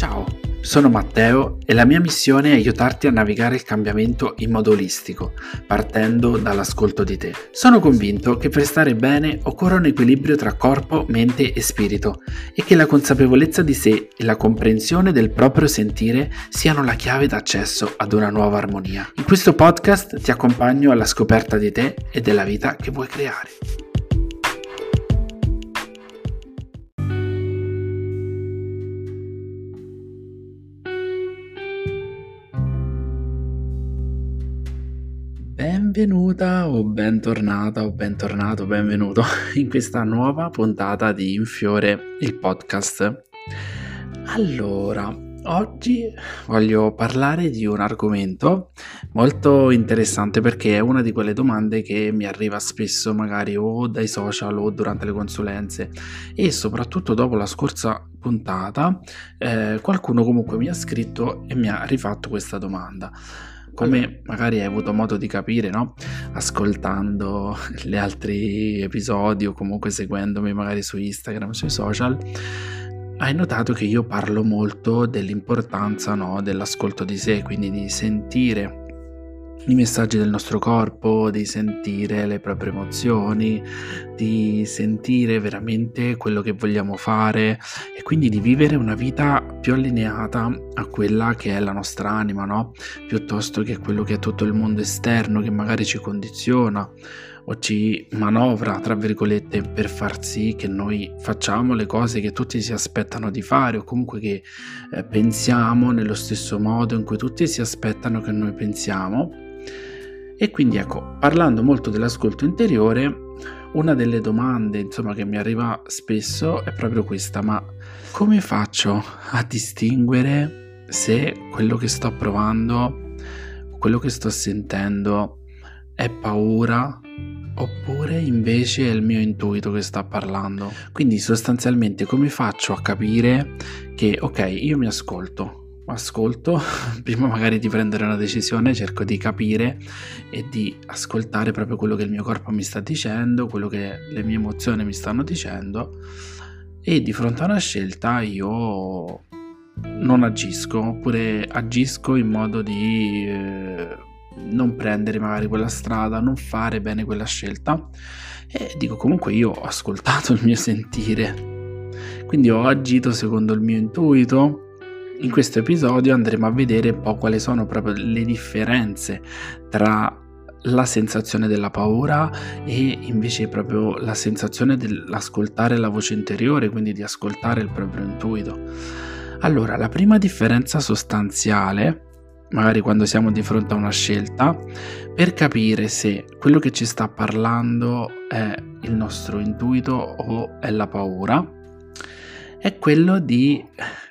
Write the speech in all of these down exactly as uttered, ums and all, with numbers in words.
Ciao, sono Matteo e la mia missione è aiutarti a navigare il cambiamento in modo olistico, partendo dall'ascolto di te. Sono convinto che per stare bene occorra un equilibrio tra corpo, mente e spirito e che la consapevolezza di sé e la comprensione del proprio sentire siano la chiave d'accesso ad una nuova armonia. In questo podcast ti accompagno alla scoperta di te e della vita che vuoi creare. Benvenuta o bentornata o bentornato, benvenuto in questa nuova puntata di Infiore, il podcast. Allora, oggi voglio parlare di un argomento molto interessante perché è una di quelle domande che mi arriva spesso magari o dai social o durante le consulenze e soprattutto dopo la scorsa puntata eh, qualcuno comunque mi ha scritto e mi ha rifatto questa domanda. Come magari hai avuto modo di capire, no? Ascoltando gli altri episodi o comunque seguendomi magari su Instagram, sui social, hai notato che io parlo molto dell'importanza, no? Dell'ascolto di sé, quindi di sentire i messaggi del nostro corpo, di sentire le proprie emozioni, di sentire veramente quello che vogliamo fare e quindi di vivere una vita più allineata a quella che è la nostra anima, no? Piuttosto che quello che è tutto il mondo esterno che magari ci condiziona o ci manovra, tra virgolette, per far sì che noi facciamo le cose che tutti si aspettano di fare o comunque che eh, pensiamo nello stesso modo in cui tutti si aspettano che noi pensiamo. E quindi ecco, parlando molto dell'ascolto interiore, una delle domande insomma che mi arriva spesso è proprio questa: ma come faccio a distinguere se quello che sto provando, quello che sto sentendo è paura oppure invece è il mio intuito che sta parlando? Quindi sostanzialmente come faccio a capire che ok, io mi ascolto ascolto prima magari di prendere una decisione, cerco di capire e di ascoltare proprio quello che il mio corpo mi sta dicendo, quello che le mie emozioni mi stanno dicendo, e di fronte a una scelta io non agisco oppure agisco in modo di eh, non prendere magari quella strada, non fare bene quella scelta e dico comunque io ho ascoltato il mio sentire, quindi ho agito secondo il mio intuito. In questo episodio andremo a vedere un po' quali sono proprio le differenze tra la sensazione della paura e invece proprio la sensazione dell'ascoltare la voce interiore, quindi di ascoltare il proprio intuito. Allora, la prima differenza sostanziale, magari quando siamo di fronte a una scelta, per capire se quello che ci sta parlando è il nostro intuito o è la paura, è quello di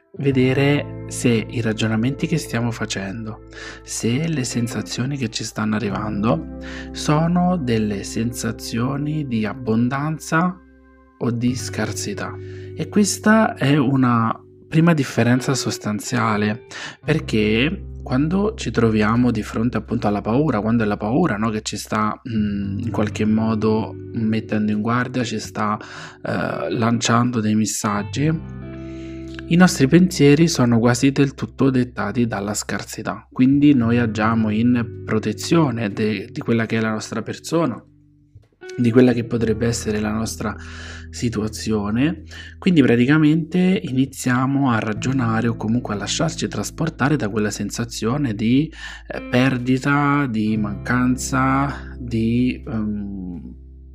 vedere se i ragionamenti che stiamo facendo, se le sensazioni che ci stanno arrivando sono delle sensazioni di abbondanza o di scarsità. E questa è una prima differenza sostanziale, perché quando ci troviamo di fronte appunto alla paura, quando è la paura, no, che ci sta mh, in qualche modo mettendo in guardia, ci sta eh, lanciando dei messaggi, i nostri pensieri sono quasi del tutto dettati dalla scarsità, quindi noi agiamo in protezione de- di quella che è la nostra persona, di quella che potrebbe essere la nostra situazione, quindi praticamente iniziamo a ragionare o comunque a lasciarci trasportare da quella sensazione di eh, perdita, di mancanza, di um,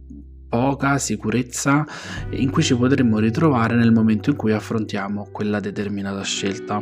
poca sicurezza in cui ci potremmo ritrovare nel momento in cui affrontiamo quella determinata scelta.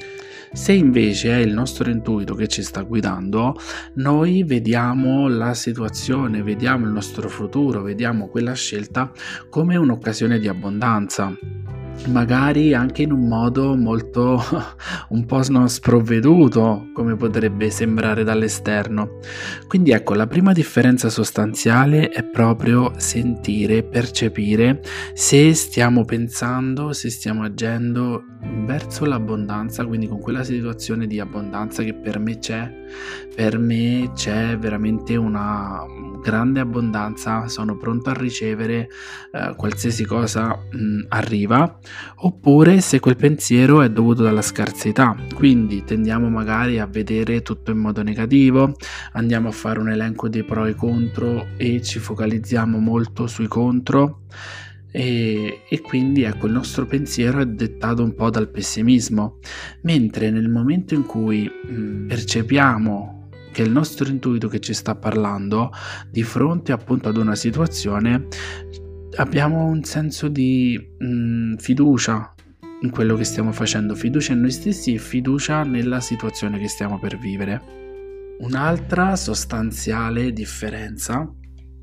Se invece è il nostro intuito che ci sta guidando, noi vediamo la situazione, vediamo il nostro futuro, vediamo quella scelta come un'occasione di abbondanza, magari anche in un modo molto un po' sprovveduto, come potrebbe sembrare dall'esterno. Quindi ecco, la prima differenza sostanziale è proprio sentire, percepire se stiamo pensando, se stiamo agendo verso l'abbondanza, quindi con quella situazione di abbondanza che per me c'è, per me c'è veramente una grande abbondanza, sono pronto a ricevere eh, qualsiasi cosa mh, arriva, oppure se quel pensiero è dovuto dalla scarsità, quindi tendiamo magari a vedere tutto in modo negativo, andiamo a fare un elenco dei pro e contro e ci focalizziamo molto sui contro. E, e quindi ecco, il nostro pensiero è dettato un po' dal pessimismo, mentre nel momento in cui mh, percepiamo che è il nostro intuito che ci sta parlando di fronte appunto ad una situazione, abbiamo un senso di mh, fiducia in quello che stiamo facendo, fiducia in noi stessi e fiducia nella situazione che stiamo per vivere. Un'altra sostanziale differenza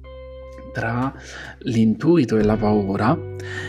tra l'intuito e la paura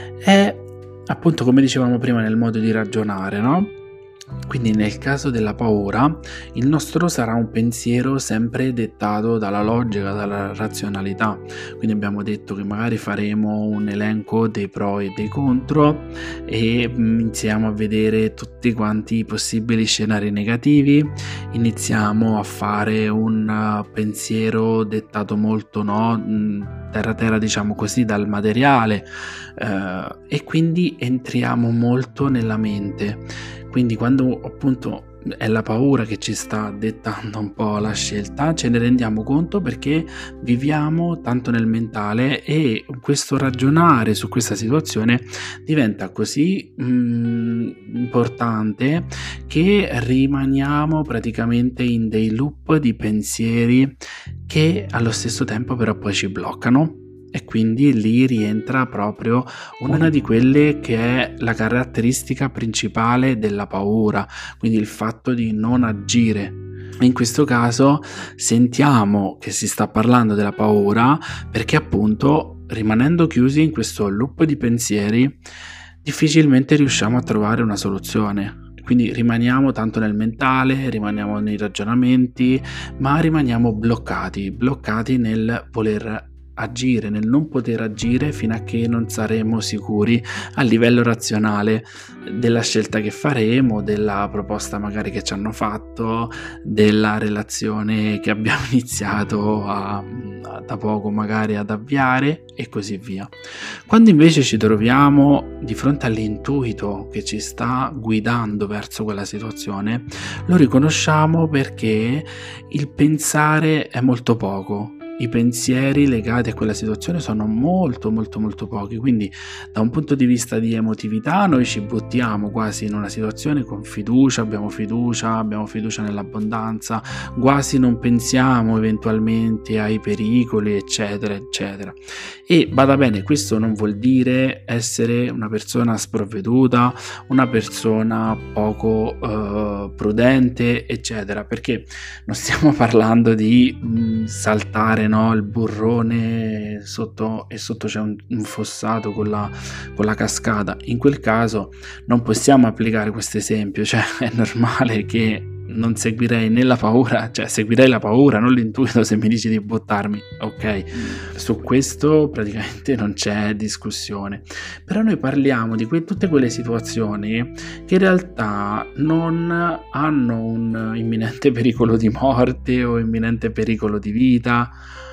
è appunto, come dicevamo prima, nel modo di ragionare, no? Quindi nel caso della paura il nostro sarà un pensiero sempre dettato dalla logica, dalla razionalità, quindi abbiamo detto che magari faremo un elenco dei pro e dei contro e iniziamo a vedere tutti quanti i possibili scenari negativi, iniziamo a fare un pensiero dettato molto, no, terra terra diciamo così, dal materiale, eh, e quindi entriamo molto nella mente. Quindi quando appunto è la paura che ci sta dettando un po' la scelta, ce ne rendiamo conto perché viviamo tanto nel mentale e questo ragionare su questa situazione diventa così mh, importante che rimaniamo praticamente in dei loop di pensieri che allo stesso tempo però poi ci bloccano. E quindi lì rientra proprio una di quelle che è la caratteristica principale della paura, quindi il fatto di non agire. In questo caso sentiamo che si sta parlando della paura perché appunto, rimanendo chiusi in questo loop di pensieri, difficilmente riusciamo a trovare una soluzione. Quindi rimaniamo tanto nel mentale, rimaniamo nei ragionamenti, ma rimaniamo bloccati, bloccati nel voler agire, nel non poter agire fino a che non saremo sicuri a livello razionale della scelta che faremo, della proposta magari che ci hanno fatto, della relazione che abbiamo iniziato a, a, da poco magari ad avviare e così via. Quando invece ci troviamo di fronte all'intuito che ci sta guidando verso quella situazione, lo riconosciamo perché il pensare è molto poco. I pensieri legati a quella situazione sono molto molto molto pochi, quindi da un punto di vista di emotività noi ci buttiamo quasi in una situazione con fiducia, abbiamo fiducia, abbiamo fiducia nell'abbondanza, quasi non pensiamo eventualmente ai pericoli eccetera eccetera. E bada bene, questo non vuol dire essere una persona sprovveduta, una persona poco eh, prudente eccetera, perché non stiamo parlando di mh, saltare, no, il burrone sotto e sotto c'è un, un fossato con la, con la cascata. In quel caso non possiamo applicare questo esempio, cioè è normale che non seguirei né la paura, cioè seguirei la paura, non l'intuito se mi dici di buttarmi, ok? Su questo praticamente non c'è discussione, però noi parliamo di que- tutte quelle situazioni che in realtà non hanno un imminente pericolo di morte o imminente pericolo di vita,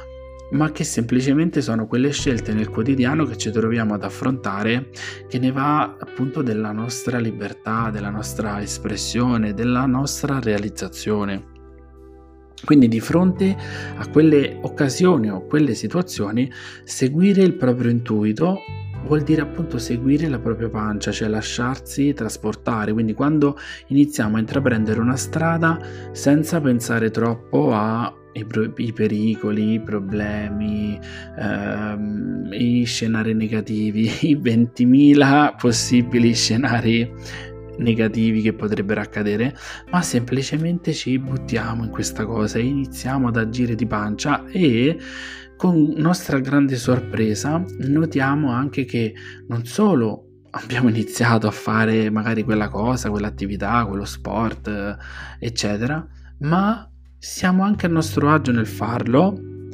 ma che semplicemente sono quelle scelte nel quotidiano che ci troviamo ad affrontare, che ne va appunto della nostra libertà, della nostra espressione, della nostra realizzazione. Quindi di fronte a quelle occasioni o quelle situazioni, seguire il proprio intuito vuol dire appunto seguire la propria pancia, cioè lasciarsi trasportare. Quindi quando iniziamo a intraprendere una strada senza pensare troppo a I, pro- i pericoli, i problemi, ehm, i scenari negativi, i ventimila possibili scenari negativi che potrebbero accadere, ma semplicemente ci buttiamo in questa cosa e iniziamo ad agire di pancia e con nostra grande sorpresa notiamo anche che non solo abbiamo iniziato a fare magari quella cosa, quell'attività, quello sport, eccetera, ma siamo anche a nostro agio nel farlo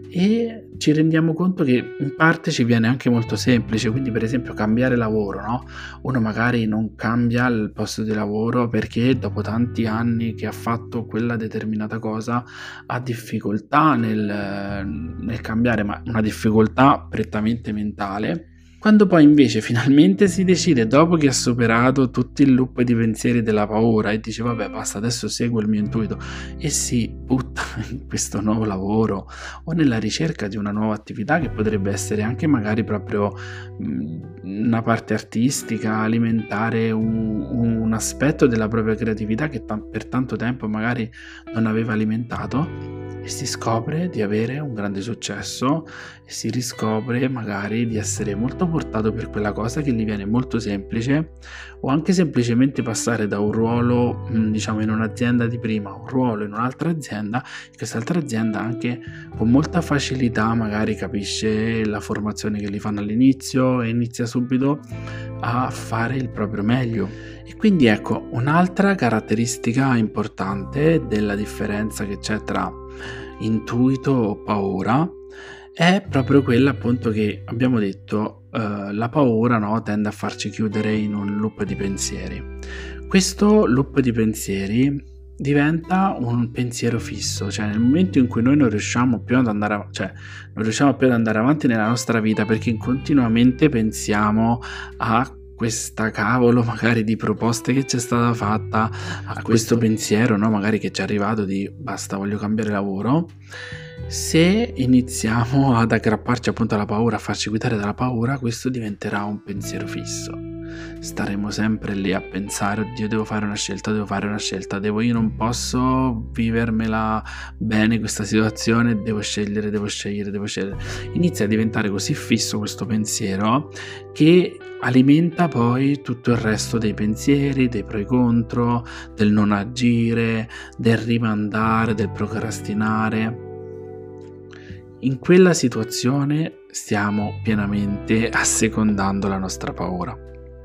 e ci rendiamo conto che in parte ci viene anche molto semplice. Quindi per esempio cambiare lavoro, no? Uno magari non cambia il posto di lavoro perché dopo tanti anni che ha fatto quella determinata cosa ha difficoltà nel, nel cambiare, ma una difficoltà prettamente mentale. Quando poi invece finalmente si decide, dopo che ha superato tutti il loop di pensieri della paura e dice vabbè basta, adesso seguo il mio intuito, e si butta in questo nuovo lavoro o nella ricerca di una nuova attività che potrebbe essere anche magari proprio mh, una parte artistica, alimentare un, un aspetto della propria creatività che t- per tanto tempo magari non aveva alimentato, e si scopre di avere un grande successo e si riscopre magari di essere molto portato per quella cosa che gli viene molto semplice, o anche semplicemente passare da un ruolo diciamo in un'azienda di prima a un ruolo in un'altra azienda, e quest'altra azienda anche con molta facilità magari capisce la formazione che gli fanno all'inizio e inizia subito a fare il proprio meglio. E quindi ecco, un'altra caratteristica importante della differenza che c'è tra intuito o paura è proprio quella appunto che abbiamo detto, eh, la paura, no, tende a farci chiudere in un loop di pensieri. Questo loop di pensieri diventa un pensiero fisso, cioè nel momento in cui noi non riusciamo più ad andare av- cioè non riusciamo più ad andare avanti nella nostra vita perché continuamente pensiamo a questa cavolo magari di proposte che c'è stata fatta, a questo pensiero, no, magari che ci è arrivato di basta, voglio cambiare lavoro. Se iniziamo ad aggrapparci appunto alla paura, a farci guidare dalla paura, questo diventerà un pensiero fisso. Staremo sempre lì a pensare, oddio, devo fare una scelta, devo fare una scelta, devo, io non posso vivermela bene questa situazione, devo scegliere, devo scegliere, devo scegliere. Inizia a diventare così fisso questo pensiero che alimenta poi tutto il resto dei pensieri, dei pro e contro, del non agire, del rimandare, del procrastinare. In quella situazione stiamo pienamente assecondando la nostra paura.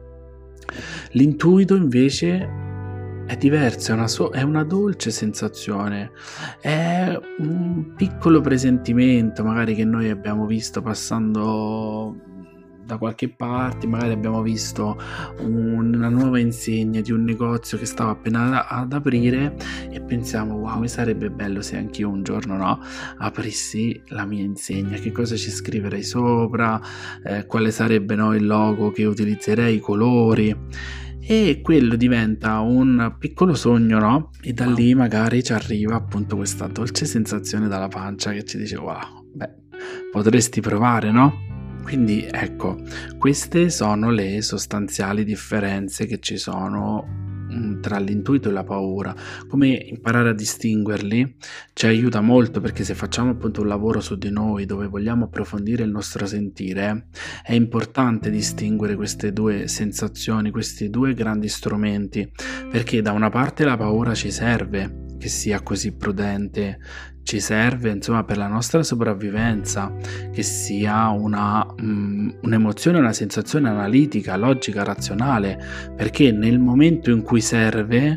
L'intuito invece è diverso, è una, so- è una dolce sensazione, è un piccolo presentimento magari che noi abbiamo visto passando da qualche parte, magari abbiamo visto una nuova insegna di un negozio che stava appena ad aprire e pensiamo wow, mi sarebbe bello se anch'io un giorno, no, aprissi la mia insegna, che cosa ci scriverei sopra, eh, quale sarebbe, no, il logo che utilizzerei, i colori. E quello diventa un piccolo sogno, no? E da lì magari ci arriva appunto questa dolce sensazione dalla pancia che ci dice wow, beh, potresti provare, no? Quindi ecco, queste sono le sostanziali differenze che ci sono mh, tra l'intuito e la paura. Come imparare a distinguerli ci aiuta molto, perché se facciamo appunto un lavoro su di noi dove vogliamo approfondire il nostro sentire, è importante distinguere queste due sensazioni, questi due grandi strumenti, perché da una parte la paura ci serve che sia così prudente, ci serve insomma per la nostra sopravvivenza, che sia una, um, un'emozione, una sensazione analitica, logica, razionale, perché nel momento in cui serve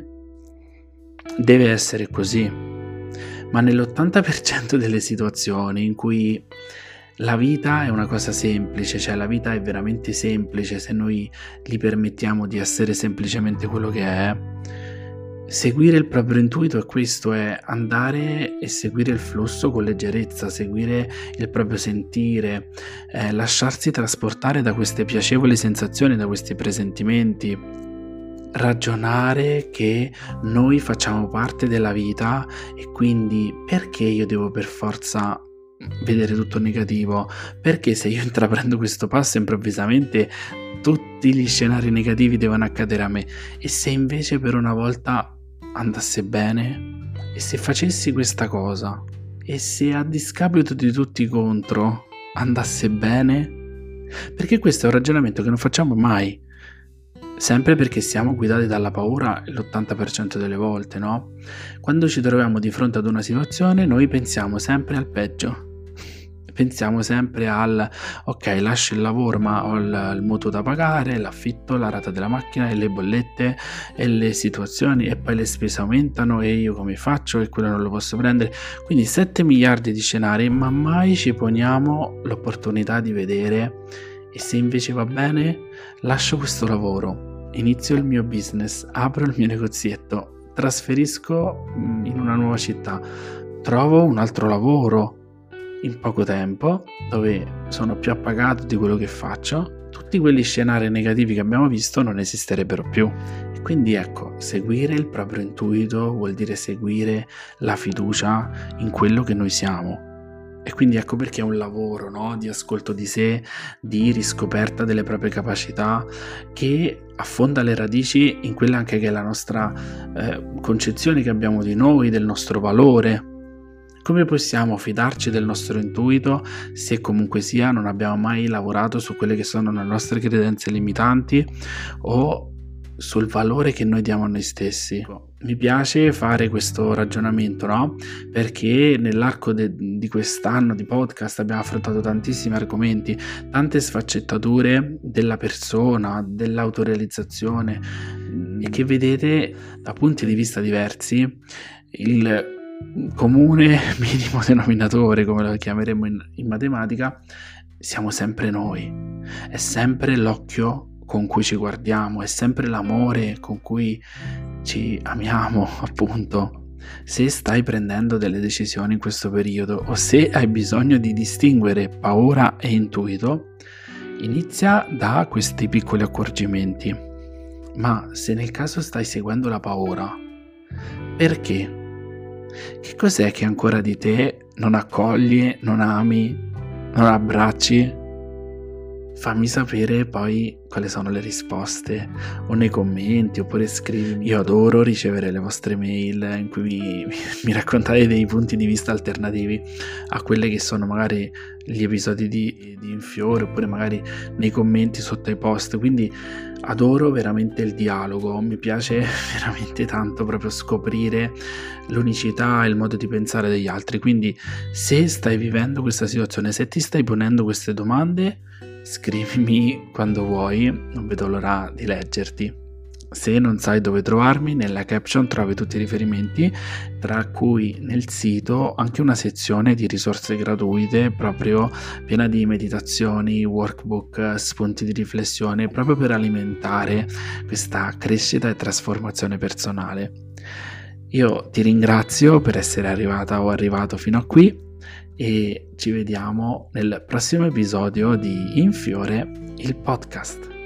deve essere così. Ma nell'ottanta per cento delle situazioni in cui la vita è una cosa semplice, cioè la vita è veramente semplice se noi gli permettiamo di essere semplicemente quello che è, seguire il proprio intuito è questo, è andare e seguire il flusso con leggerezza, seguire il proprio sentire, eh, lasciarsi trasportare da queste piacevoli sensazioni, da questi presentimenti, ragionare che noi facciamo parte della vita e quindi perché io devo per forza vedere tutto negativo? Perché se io intraprendo questo passo improvvisamente tutti gli scenari negativi devono accadere a me? E se invece per una volta andasse bene? E se facessi questa cosa? E se a discapito di tutti i contro andasse bene? Perché questo è un ragionamento che non facciamo mai, sempre perché siamo guidati dalla paura l'ottanta per cento delle volte, no? Quando ci troviamo di fronte ad una situazione noi pensiamo sempre al peggio, pensiamo sempre al ok, lascio il lavoro ma ho il, il mutuo da pagare, l'affitto, la rata della macchina e le bollette e le situazioni, e poi le spese aumentano e io come faccio e quello non lo posso prendere. Quindi sette miliardi di scenari, ma mai ci poniamo l'opportunità di vedere: e se invece va bene, lascio questo lavoro, inizio il mio business, apro il mio negozietto, trasferisco in una nuova città, trovo un altro lavoro in poco tempo dove sono più appagato di quello che faccio, tutti quegli scenari negativi che abbiamo visto non esisterebbero più. E quindi ecco, seguire il proprio intuito vuol dire seguire la fiducia in quello che noi siamo. E quindi ecco perché è un lavoro, no? Di ascolto di sé, di riscoperta delle proprie capacità, che affonda le radici in quella anche che è la nostra eh, concezione che abbiamo di noi, del nostro valore. Come possiamo fidarci del nostro intuito se comunque sia non abbiamo mai lavorato su quelle che sono le nostre credenze limitanti o sul valore che noi diamo a noi stessi? Mi piace fare questo ragionamento, no? Perché nell'arco de- di quest'anno di podcast abbiamo affrontato tantissimi argomenti, tante sfaccettature della persona, dell'autorealizzazione, e che vedete da punti di vista diversi il comune minimo denominatore, come lo chiameremo in, in matematica, siamo sempre noi. È sempre l'occhio con cui ci guardiamo, è sempre l'amore con cui ci amiamo, appunto. Se stai prendendo delle decisioni in questo periodo o se hai bisogno di distinguere paura e intuito, inizia da questi piccoli accorgimenti. Ma se nel caso stai seguendo la paura, perché? Che cos'è che ancora di te non accogli, non ami, non abbracci? Fammi sapere poi quali sono le risposte, o nei commenti, oppure scrivimi. Io adoro ricevere le vostre mail in cui mi, mi raccontate dei punti di vista alternativi a quelli che sono magari gli episodi di, di Infiore, oppure magari nei commenti sotto ai post. Quindi adoro veramente il dialogo, mi piace veramente tanto proprio scoprire l'unicità e il modo di pensare degli altri. Quindi se stai vivendo questa situazione, se ti stai ponendo queste domande, scrivimi quando vuoi, non vedo l'ora di leggerti. Se non sai dove trovarmi, nella caption trovi tutti i riferimenti, tra cui nel sito anche una sezione di risorse gratuite proprio piena di meditazioni, workbook, spunti di riflessione, proprio per alimentare questa crescita e trasformazione personale. Io ti ringrazio per essere arrivata o arrivato fino a qui e ci vediamo nel prossimo episodio di Infiore, il podcast.